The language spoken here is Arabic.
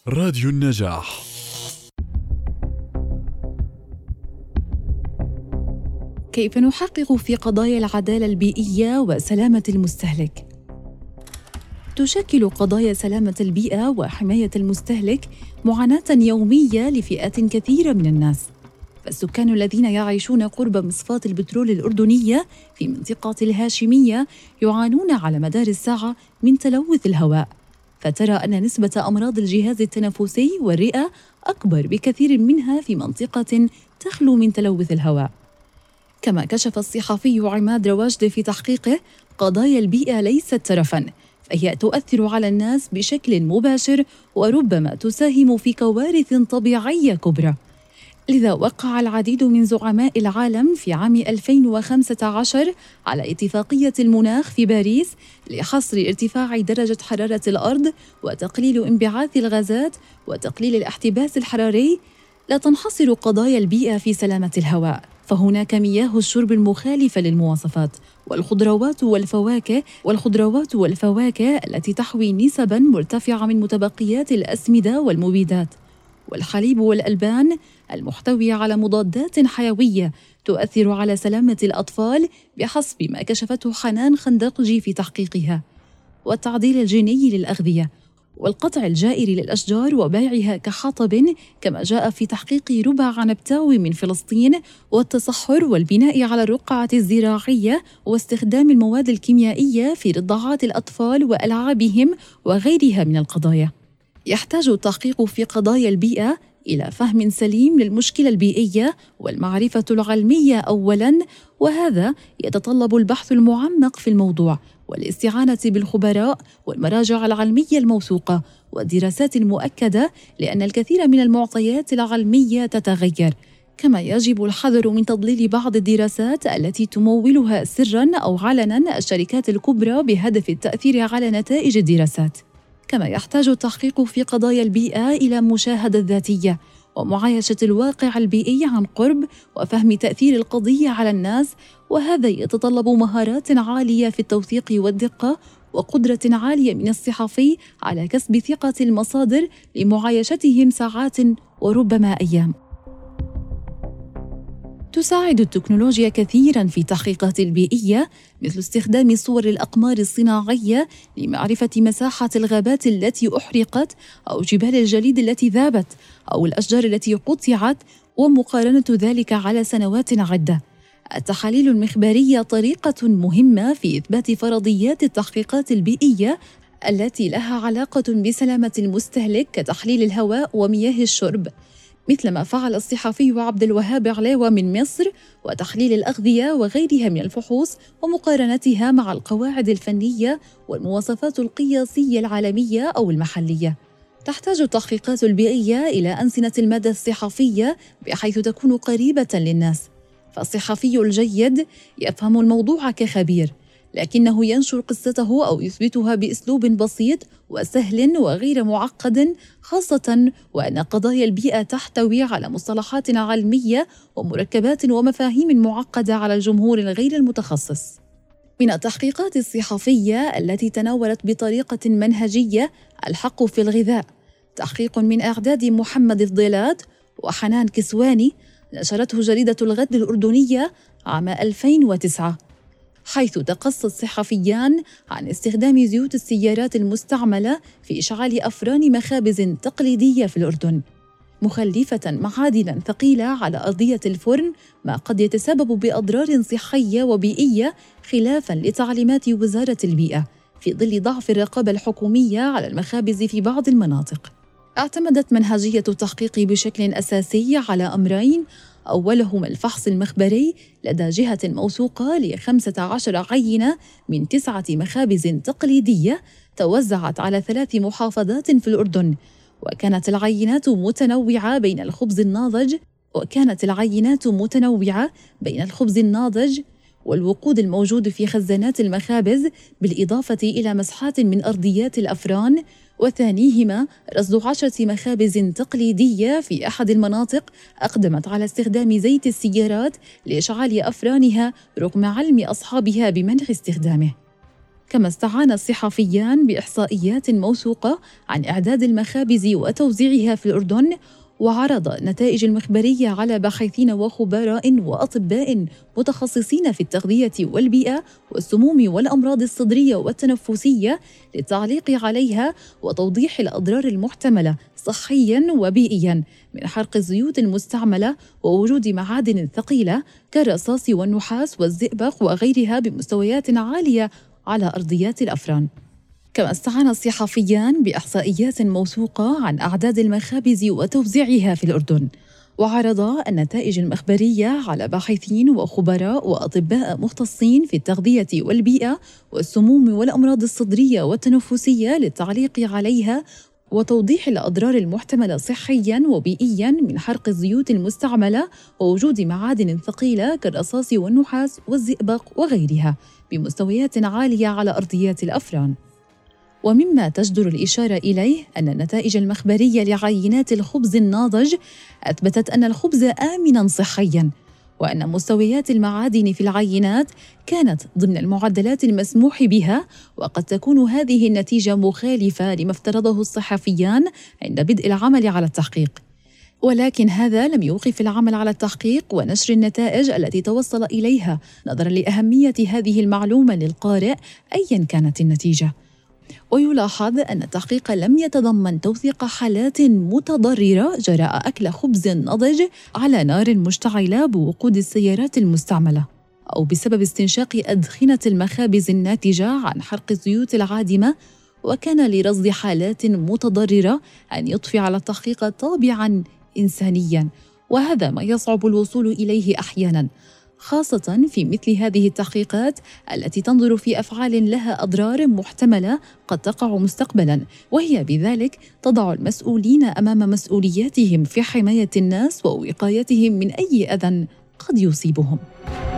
راديو النجاح. كيف نحقق في قضايا العدالة البيئية وسلامة المستهلك؟ تشكل قضايا سلامة البيئة وحماية المستهلك معاناة يومية لفئات كثيرة من الناس. فالسكان الذين يعيشون قرب مصفاة البترول الأردنية في منطقة الهاشمية يعانون على مدار الساعة من تلوث الهواء، فترى أن نسبة أمراض الجهاز التنفسي والرئة أكبر بكثير منها في منطقة تخلو من تلوث الهواء. كما كشف الصحفي عماد رواجد في تحقيقه، قضايا البيئة ليست ترفاً، فهي تؤثر على الناس بشكل مباشر وربما تساهم في كوارث طبيعية كبرى. لذا وقع العديد من زعماء العالم في عام 2015 على اتفاقية المناخ في باريس لحصر ارتفاع درجة حرارة الأرض وتقليل انبعاث الغازات وتقليل الاحتباس الحراري. لا تنحصر قضايا البيئة في سلامة الهواء، فهناك مياه الشرب المخالفة للمواصفات، والخضروات والفواكه التي تحوي نسباً مرتفعة من متبقيات الأسمدة والمبيدات، والحليب والألبان المحتوية على مضادات حيوية تؤثر على سلامة الأطفال بحسب ما كشفته حنان خندقجي في تحقيقها، والتعديل الجيني للأغذية، والقطع الجائر للأشجار وبيعها كحطب كما جاء في تحقيق ربع عنبتاوي من فلسطين، والتصحر والبناء على الرقعة الزراعية واستخدام المواد الكيميائية في رضاعات الأطفال وألعابهم وغيرها من القضايا. يحتاج التحقيق في قضايا البيئة إلى فهم سليم للمشكلة البيئية والمعرفة العلمية أولاً، وهذا يتطلب البحث المعمق في الموضوع والاستعانة بالخبراء والمراجع العلمية الموثوقة والدراسات المؤكدة، لأن الكثير من المعطيات العلمية تتغير. كما يجب الحذر من تضليل بعض الدراسات التي تمولها سراً أو علناً الشركات الكبرى بهدف التأثير على نتائج الدراسات. كما يحتاج التحقيق في قضايا البيئة إلى مشاهدة ذاتية ومعايشة الواقع البيئي عن قرب وفهم تأثير القضية على الناس، وهذا يتطلب مهارات عالية في التوثيق والدقة وقدرة عالية من الصحفي على كسب ثقة المصادر لمعايشتهم ساعات وربما أيام. تساعد التكنولوجيا كثيراً في التحقيقات البيئية، مثل استخدام صور الأقمار الصناعية لمعرفة مساحة الغابات التي أحرقت أو جبال الجليد التي ذابت أو الأشجار التي قطعت، ومقارنة ذلك على سنوات عدة. التحاليل المخبارية طريقة مهمة في إثبات فرضيات التحقيقات البيئية التي لها علاقة بسلامة المستهلك كتحليل الهواء ومياه الشرب، مثل ما فعل الصحفي عبد الوهاب عليوة من مصر، وتحليل الأغذية وغيرها من الفحوص ومقارنتها مع القواعد الفنية والمواصفات القياسية العالمية أو المحلية. تحتاج التحقيقات البيئية إلى أنسنة المادة الصحفية بحيث تكون قريبة للناس، فالصحفي الجيد يفهم الموضوع كخبير، لكنه ينشر قصته أو يثبتها بأسلوب بسيط وسهل وغير معقد، خاصة وأن قضايا البيئة تحتوي على مصطلحات علمية ومركبات ومفاهيم معقدة على الجمهور الغير المتخصص. من التحقيقات الصحفية التي تناولت بطريقة منهجية الحق في الغذاء، تحقيق من إعداد محمد فضيلات وحنان كسواني نشرته جريدة الغد الأردنية عام 2009، حيث تقصى الصحفيان عن استخدام زيوت السيارات المستعملة في إشعال أفران مخابز تقليدية في الأردن، مخلفة معادن ثقيلة على أرضية الفرن، ما قد يتسبب بأضرار صحية وبيئية خلافاً لتعليمات وزارة البيئة في ظل ضعف الرقابة الحكومية على المخابز في بعض المناطق. اعتمدت منهجية التحقيق بشكل أساسي على أمرين، أولهما الفحص المخبري لدى جهة موثوقة ل15 عينة من 9 مخابز تقليدية توزعت على 3 محافظات في الأردن، وكانت العينات متنوعة بين الخبز الناضج والوقود الموجود في خزانات المخابز، بالإضافة إلى مسحات من أرضيات الأفران، وثانيهما رصد 10 مخابز تقليدية في أحد المناطق أقدمت على استخدام زيت السيارات لإشعال أفرانها رغم علم أصحابها بمنع استخدامه. كما استعان الصحفيان بإحصائيات موثوقة عن إعداد المخابز وتوزيعها في الأردن، وعرض النتائج المخبرية على باحثين وخبراء وأطباء متخصصين في التغذية والبيئة والسموم والأمراض الصدرية والتنفسية للتعليق عليها وتوضيح الأضرار المحتملة صحياً وبيئياً من حرق الزيوت المستعملة ووجود معادن ثقيلة كالرصاص والنحاس والزئبق وغيرها بمستويات عالية على أرضيات الأفران. كما استعان الصحفيان بإحصائيات موثوقة عن أعداد المخابز وتوزيعها في الأردن، وعرض النتائج المخبرية على باحثين وخبراء وأطباء مختصين في التغذية والبيئة والسموم والأمراض الصدرية والتنفسية للتعليق عليها وتوضيح الأضرار المحتملة صحياً وبيئياً من حرق الزيوت المستعملة ووجود معادن ثقيلة كالرصاص والنحاس والزئبق وغيرها بمستويات عالية على أرضيات الأفران. ومما تجدر الإشارة إليه أن النتائج المخبرية لعينات الخبز الناضج أثبتت أن الخبز آمناً صحياً، وأن مستويات المعادن في العينات كانت ضمن المعدلات المسموح بها، وقد تكون هذه النتيجة مخالفة لما افترضه الصحفيان عند بدء العمل على التحقيق. ولكن هذا لم يوقف العمل على التحقيق ونشر النتائج التي توصل إليها نظراً لأهمية هذه المعلومة للقارئ أياً كانت النتيجة. ويلاحظ أن التحقيق لم يتضمن توثيق حالات متضررة جراء أكل خبز نضج على نار مشتعلة بوقود السيارات المستعملة أو بسبب استنشاق أدخنة المخابز الناتجة عن حرق الزيوت العادمة، وكان لرصد حالات متضررة أن يضفي على التحقيق طابعاً إنسانياً، وهذا ما يصعب الوصول إليه أحياناً، خاصة في مثل هذه التحقيقات التي تنظر في أفعال لها أضرار محتملة قد تقع مستقبلاً، وهي بذلك تضع المسؤولين أمام مسؤولياتهم في حماية الناس ووقايتهم من أي أذى قد يصيبهم.